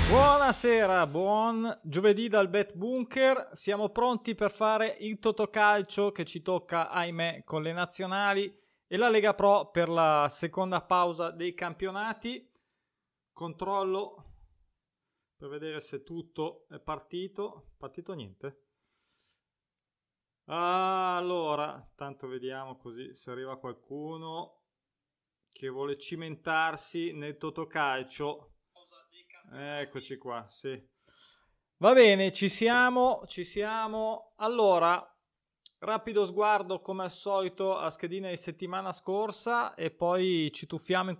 Buonasera, buon giovedì dal Bet Bunker. Siamo pronti per fare il Totocalcio che ci tocca, ahimè, con le nazionali e la Lega Pro per la seconda pausa dei campionati. Controllo per vedere se tutto è partito. Partito niente. Allora, tanto vediamo così se arriva qualcuno che vuole cimentarsi nel Totocalcio. Eccoci qua, sì. Va bene, ci siamo. Allora, rapido sguardo come al solito a schedina di settimana scorsa e poi ci tuffiamo in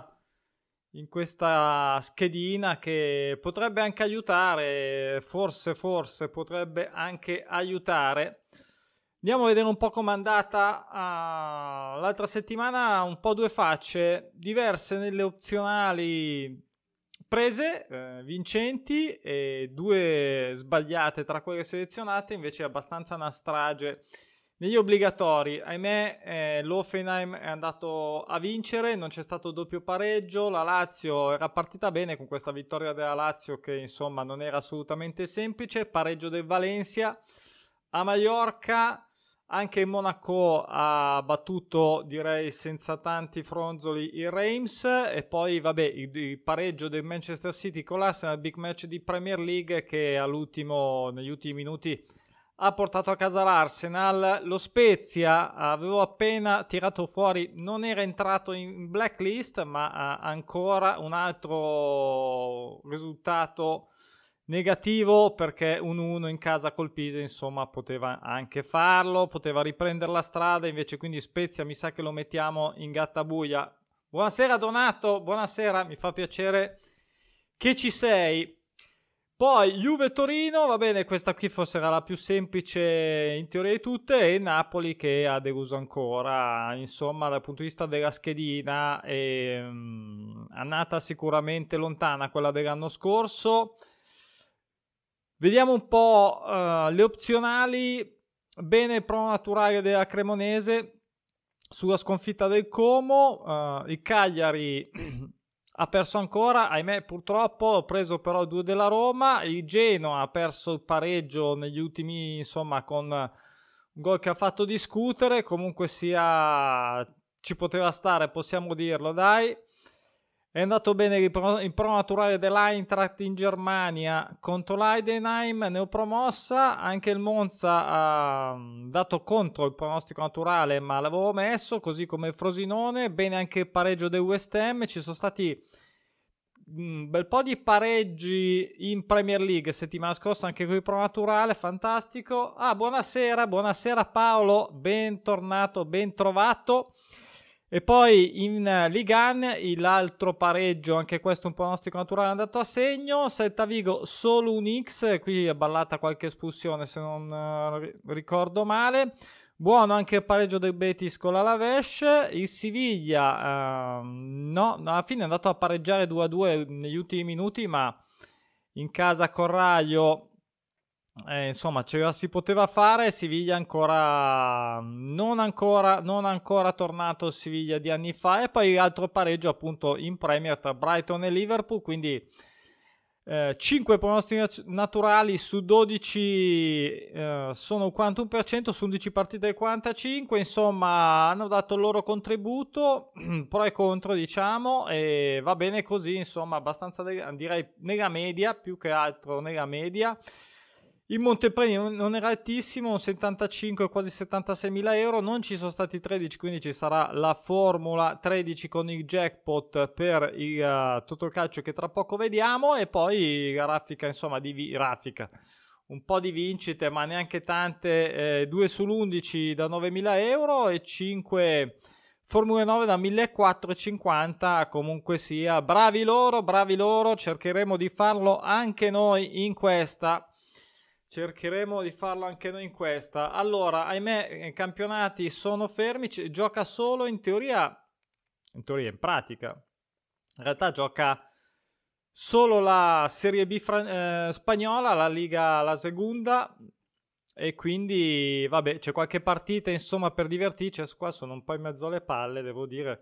questa schedina che potrebbe anche aiutare, forse potrebbe anche aiutare. Andiamo a vedere un po' com'è andata l'altra settimana, un po' due facce, diverse nelle opzionali prese, vincenti, e due sbagliate tra quelle selezionate, invece abbastanza una strage negli obbligatori. Ahimè, l'Hoffenheim è andato a vincere, non c'è stato doppio pareggio, la Lazio era partita bene con questa vittoria della Lazio che insomma non era assolutamente semplice, pareggio del Valencia a Mallorca. Anche il Monaco ha battuto, direi senza tanti fronzoli, il Reims, e poi vabbè il pareggio del Manchester City con l'Arsenal, big match di Premier League che negli ultimi minuti ha portato a casa l'Arsenal. Lo Spezia avevo appena tirato fuori, non era entrato in blacklist, ma ha ancora un altro risultato negativo, perché 1-1 in casa col Pisa, insomma, poteva anche farlo, poteva riprendere la strada, invece quindi Spezia mi sa che lo mettiamo in gattabuia. Buonasera Donato, buonasera, mi fa piacere che ci sei. Poi Juve Torino, va bene, questa qui forse era la più semplice in teoria di tutte, e Napoli che ha deluso ancora, insomma dal punto di vista della schedina è annata sicuramente lontana quella dell'anno scorso. Vediamo un po' le opzionali. Bene il pro naturale della Cremonese sulla sconfitta del Como. Il Cagliari ha perso ancora, ahimè purtroppo, ha preso però 2 della Roma. Il Genoa ha perso il pareggio negli ultimi, insomma, con un gol che ha fatto discutere. Comunque sia, ci poteva stare, possiamo dirlo, dai. È andato bene il pro naturale dell'Eintracht in Germania contro l'Heidenheim, neopromossa. Anche il Monza ha dato contro il pronostico naturale, ma l'avevo messo, così come il Frosinone. Bene anche il pareggio del West Ham. Ci sono stati un bel po' di pareggi in Premier League settimana scorsa, anche qui pro naturale, fantastico. Buonasera Paolo, bentornato, ben trovato. E poi in Ligue 1 l'altro pareggio, anche questo un pronostico naturale, è andato a segno. Celta Vigo solo un X, qui è ballata qualche espulsione se non ricordo male. Buono anche il pareggio del Betis con l'Alaves. Il Siviglia no, alla fine è andato a pareggiare 2-2 negli ultimi minuti, ma in casa con Raio insomma ce la si poteva fare. Siviglia non ancora tornato il Siviglia di anni fa. E poi l'altro pareggio appunto in Premier tra Brighton e Liverpool, quindi 5 pronostici naturali su 12 sono il 41%, su 11 partite il 45%. Insomma hanno dato il loro contributo, pro e contro diciamo, e va bene così, insomma abbastanza direi nella media, più che altro nella media. Il Montepremi non era altissimo, un 75 quasi 76 mila euro. Non ci sono stati 13, quindi ci sarà la formula 13 con il jackpot per il Totocalcio che tra poco vediamo. E poi la raffica, insomma, raffica un po' di vincite, ma neanche tante. 2 sull'11 da 9 mila euro e 5 Formule 9 da 1450. Comunque sia, bravi loro. Cercheremo di farlo anche noi in questa. Allora, ahimè, i campionati sono fermi. Gioca solo in teoria, in pratica. In realtà gioca solo la Serie B spagnola, la Liga, la Segunda. E quindi, vabbè, c'è qualche partita, insomma, per divertirci. Qua sono un po' in mezzo alle palle, devo dire.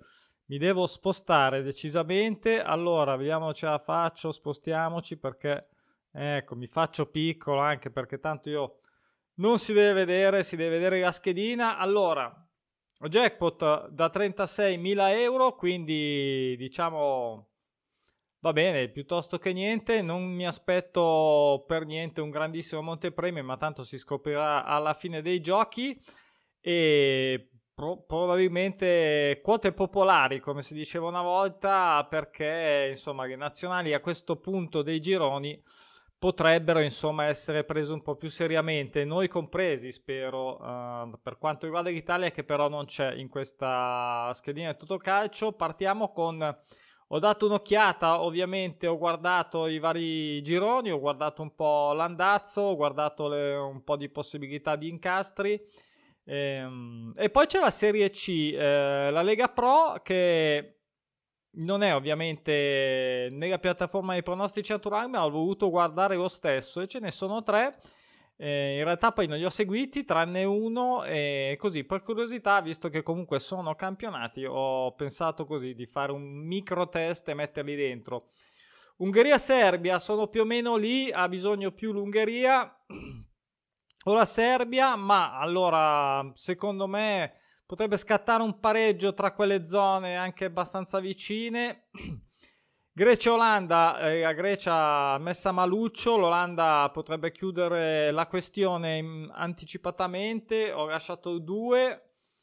mi devo spostare decisamente. Allora, vediamo ce la faccio, spostiamoci perché, ecco, mi faccio piccolo anche perché tanto io non si deve vedere, si deve vedere la schedina. Allora, jackpot da 36.000 euro, quindi diciamo va bene, piuttosto che niente. Non mi aspetto per niente un grandissimo montepremi, ma tanto si scoprirà alla fine dei giochi. E probabilmente quote popolari, come si diceva una volta, perché insomma le nazionali a questo punto dei gironi potrebbero insomma essere prese un po' più seriamente, noi compresi spero, per quanto riguarda l'Italia, che però non c'è in questa schedina di Totocalcio. Partiamo con, ho dato un'occhiata, ovviamente ho guardato i vari gironi, ho guardato un po' l'andazzo, ho guardato un po' di possibilità di incastri. E poi c'è la Serie C, la Lega Pro, che non è ovviamente nella piattaforma dei pronostici naturali, ma ho voluto guardare lo stesso e ce ne sono 3. In realtà poi non li ho seguiti tranne uno, e così per curiosità, visto che comunque sono campionati, ho pensato così di fare un micro test e metterli dentro. Ungheria-Serbia, sono più o meno lì, ha bisogno più l'Ungheria o la Serbia, ma allora secondo me potrebbe scattare un pareggio tra quelle zone anche abbastanza vicine. Grecia-Olanda, la Grecia messa a maluccio, l'Olanda potrebbe chiudere la questione anticipatamente, ho lasciato 2.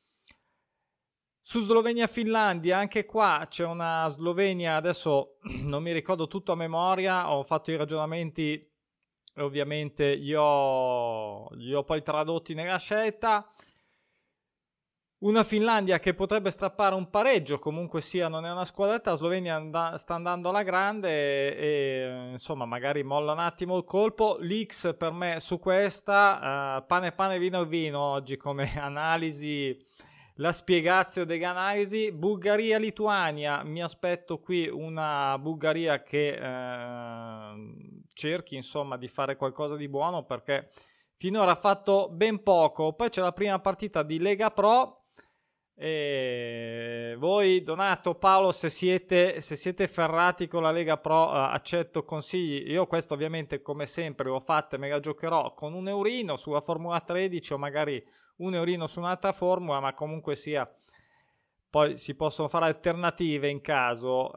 Su Slovenia-Finlandia, anche qua c'è una Slovenia, adesso non mi ricordo tutto a memoria, ho fatto i ragionamenti, ovviamente li ho poi tradotti nella scelta. Una Finlandia che potrebbe strappare un pareggio, comunque sia non è una squadretta, la Slovenia sta andando alla grande e insomma magari molla un attimo il colpo. L'X per me su questa, pane vino vino oggi come analisi, la spiegazione dell'analisi. Bulgaria-Lituania, mi aspetto qui una Bulgaria che cerchi insomma di fare qualcosa di buono perché finora ha fatto ben poco. Poi c'è la prima partita di Lega Pro. E voi, Donato, Paolo, se siete ferrati con la Lega Pro, accetto consigli. Io questo ovviamente come sempre l'ho fatta e me la giocherò con un eurino sulla Formula 13 o magari un eurino su un'altra formula, ma comunque sia poi si possono fare alternative in caso.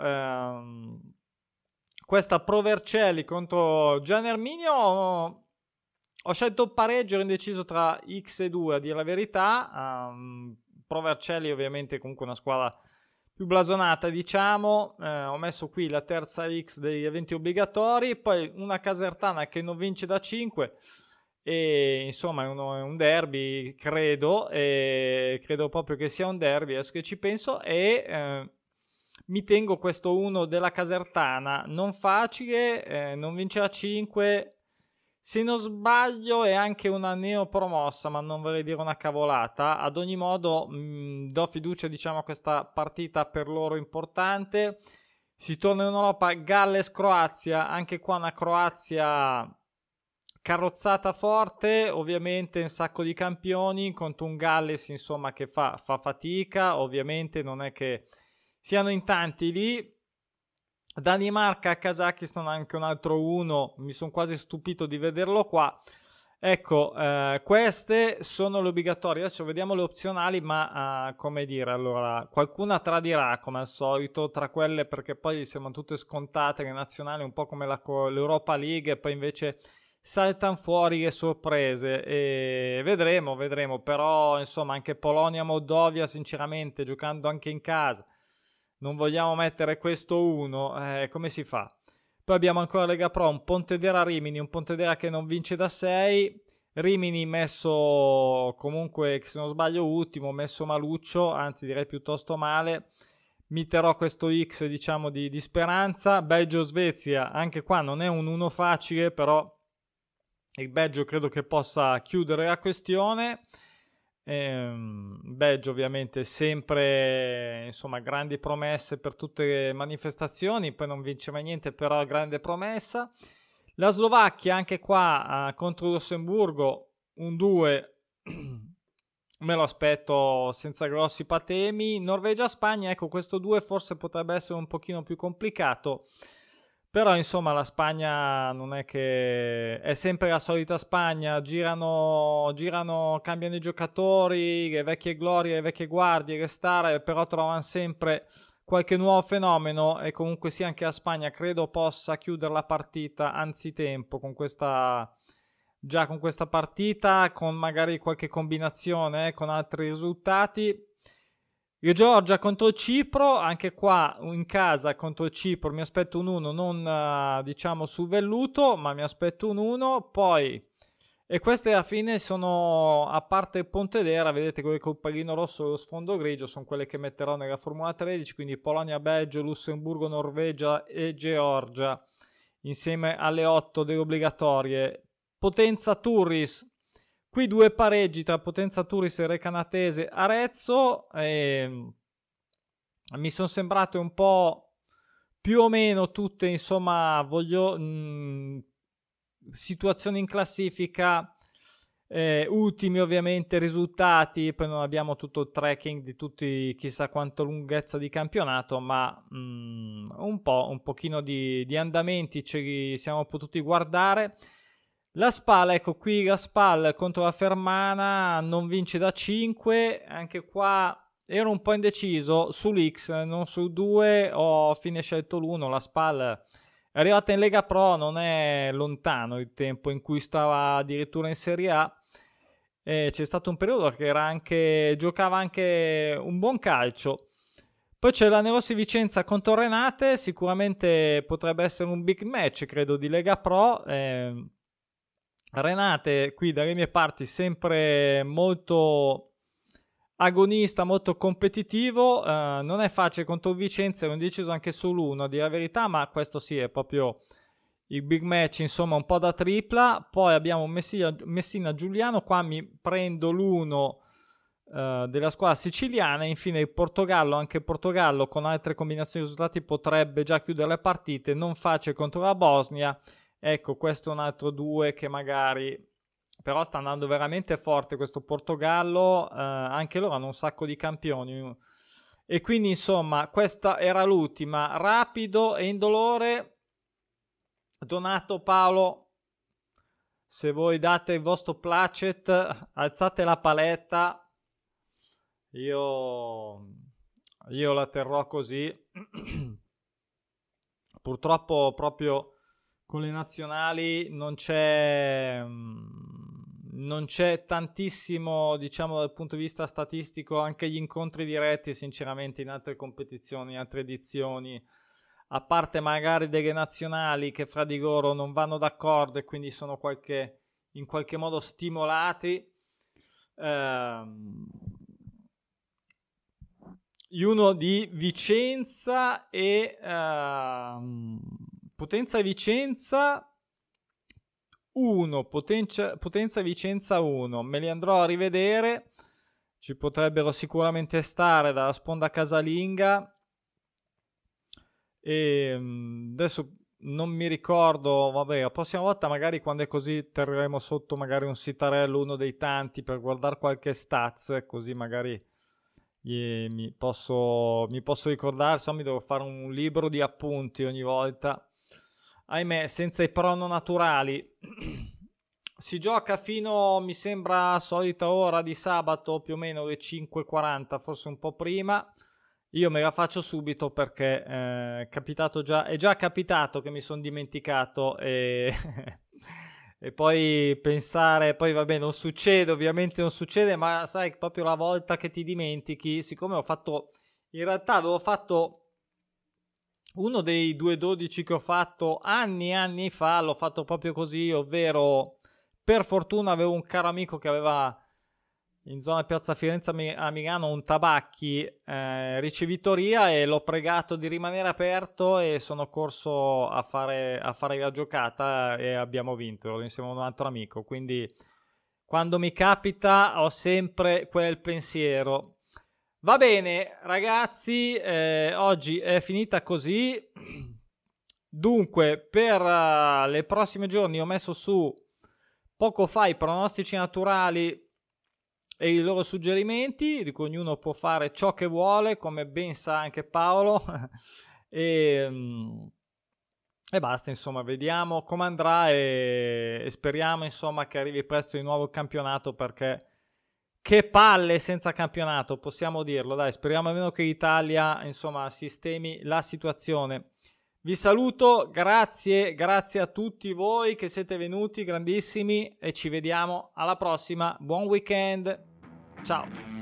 Questa Pro Vercelli contro Gian Erminio, ho scelto il pareggio, ero indeciso tra X e 2 a dire la verità. Pro Vercelli ovviamente comunque una squadra più blasonata, diciamo. Ho messo qui la terza X degli eventi obbligatori, poi una Casertana che non vince da 5 e insomma è un derby, credo, e credo proprio che sia un derby adesso che ci penso, e mi tengo questo 1 della Casertana, non facile, non vince da 5. Se non sbaglio è anche una neopromossa, ma non vorrei dire una cavolata. Ad ogni modo do fiducia, diciamo, a questa partita per loro importante. Si torna in Europa, Galles-Croazia, anche qua una Croazia carrozzata forte, ovviamente un sacco di campioni contro un Galles insomma che fa fatica, ovviamente non è che siano in tanti lì. Danimarca, Kazakistan, anche un altro 1, mi sono quasi stupito di vederlo qua. Ecco, queste sono le obbligatorie, adesso vediamo le opzionali, ma come dire, allora, qualcuna tradirà come al solito tra quelle, perché poi sembrano tutte scontate, le nazionali, un po' come l'Europa League, e poi invece saltano fuori le sorprese, e vedremo, però insomma anche Polonia-Moldovia, sinceramente, giocando anche in casa, non vogliamo mettere questo 1, come si fa? Poi abbiamo ancora Lega Pro, un Pontedera-Rimini, un Pontedera che non vince da 6, Rimini messo comunque, se non sbaglio ultimo, messo maluccio, anzi direi piuttosto male. Mi terrò questo X, diciamo, di speranza. Belgio-Svezia, anche qua non è un 1 facile, però il Belgio credo che possa chiudere la questione. Belgio ovviamente sempre, insomma, grandi promesse per tutte le manifestazioni, poi non vince mai niente, però grande promessa. La Slovacchia anche qua contro il Lussemburgo un 2 me lo aspetto senza grossi patemi. Norvegia-Spagna, ecco, questo 2 forse potrebbe essere un pochino più complicato, però insomma la Spagna non è che è sempre la solita Spagna, girano, cambiano i giocatori, le vecchie glorie, le vecchie guardie, le star, però trovano sempre qualche nuovo fenomeno, e comunque sia anche la Spagna credo possa chiudere la partita anzitempo con questa partita, con magari qualche combinazione, con altri risultati. Georgia contro il Cipro, anche qua in casa contro il Cipro mi aspetto un 1, non diciamo sul velluto, ma mi aspetto un 1. Poi, e queste alla fine sono, a parte il Pontedera, vedete quelle col pallino rosso e lo sfondo grigio, sono quelle che metterò nella Formula 13, quindi Polonia, Belgio, Lussemburgo, Norvegia e Georgia, insieme alle 8 delle obbligatorie. Potenza Turris, qui 2 pareggi tra Potenza Turris e Recanatese Arezzo, mi sono sembrate un po' più o meno tutte, insomma, situazioni in classifica, ultimi ovviamente risultati, poi non abbiamo tutto il tracking di tutti, chissà quanto lunghezza di campionato, ma un pochino di andamenti ce li siamo potuti guardare. La Spal, ecco qui la Spal contro la Fermana non vince da 5, anche qua ero un po' indeciso sull'X, non sul 2, ho fine scelto l'1. La Spal è arrivata in Lega Pro, non è lontano il tempo in cui stava addirittura in Serie A, e c'è stato un periodo che giocava anche un buon calcio. Poi c'è la Nerossi Vicenza contro Renate, sicuramente potrebbe essere un big match, credo, di Lega Pro. Renate qui dalle mie parti sempre molto agonista, molto competitivo, non è facile contro Vicenza, ero indeciso anche sull'1 a dire la verità, ma questo sì è proprio il big match, insomma un po' da tripla. Poi abbiamo Messina Giuliano, qua mi prendo l'1 della squadra siciliana. Infine il Portogallo, anche il Portogallo con altre combinazioni di risultati potrebbe già chiudere le partite, non facile contro la Bosnia. Ecco, questo è un altro 2 che magari, però sta andando veramente forte questo Portogallo, anche loro hanno un sacco di campioni, e quindi insomma questa era l'ultima. Rapido e indolore. Donato, Paolo, se voi date il vostro placet, alzate la paletta, io la terrò così. Purtroppo proprio con le nazionali non c'è tantissimo, diciamo, dal punto di vista statistico. Anche gli incontri diretti sinceramente in altre competizioni, in altre edizioni, a parte magari delle nazionali che fra di loro non vanno d'accordo e quindi sono in qualche modo stimolati, uno di Vicenza e Potenza Vicenza 1, Potenza Vicenza 1, me li andrò a rivedere, ci potrebbero sicuramente stare dalla sponda casalinga, e adesso non mi ricordo, vabbè, la prossima volta magari quando è così terremo sotto magari un sitarello, uno dei tanti, per guardare qualche stats, così magari mi posso ricordare, se no mi devo fare un libro di appunti ogni volta. Ahimè, senza i prono naturali. Si gioca fino, mi sembra, solita ora di sabato, più o meno le 5:40, forse un po' prima. Io me la faccio subito perché è già capitato che mi sono dimenticato e e poi pensare, poi vabbè, non succede, ovviamente non succede, ma sai, proprio la volta che ti dimentichi, siccome in realtà avevo fatto uno dei 2.12 che ho fatto anni e anni fa, l'ho fatto proprio così, ovvero per fortuna avevo un caro amico che aveva in zona Piazza Firenze a Milano un tabacchi ricevitoria, e l'ho pregato di rimanere aperto e sono corso a fare la giocata e abbiamo vinto insieme a un altro amico. Quindi quando mi capita ho sempre quel pensiero. Va bene ragazzi, oggi è finita così. Dunque per le prossime giorni ho messo su poco fa i pronostici naturali e i loro suggerimenti, di cui ognuno può fare ciò che vuole, come ben sa anche Paolo. E basta, insomma, vediamo come andrà e speriamo, insomma, che arrivi presto di nuovo il campionato, perché che palle senza campionato, possiamo dirlo, dai, speriamo almeno che l'Italia, insomma, sistemi la situazione. Vi saluto, grazie a tutti voi che siete venuti, grandissimi, e ci vediamo alla prossima. Buon weekend, ciao!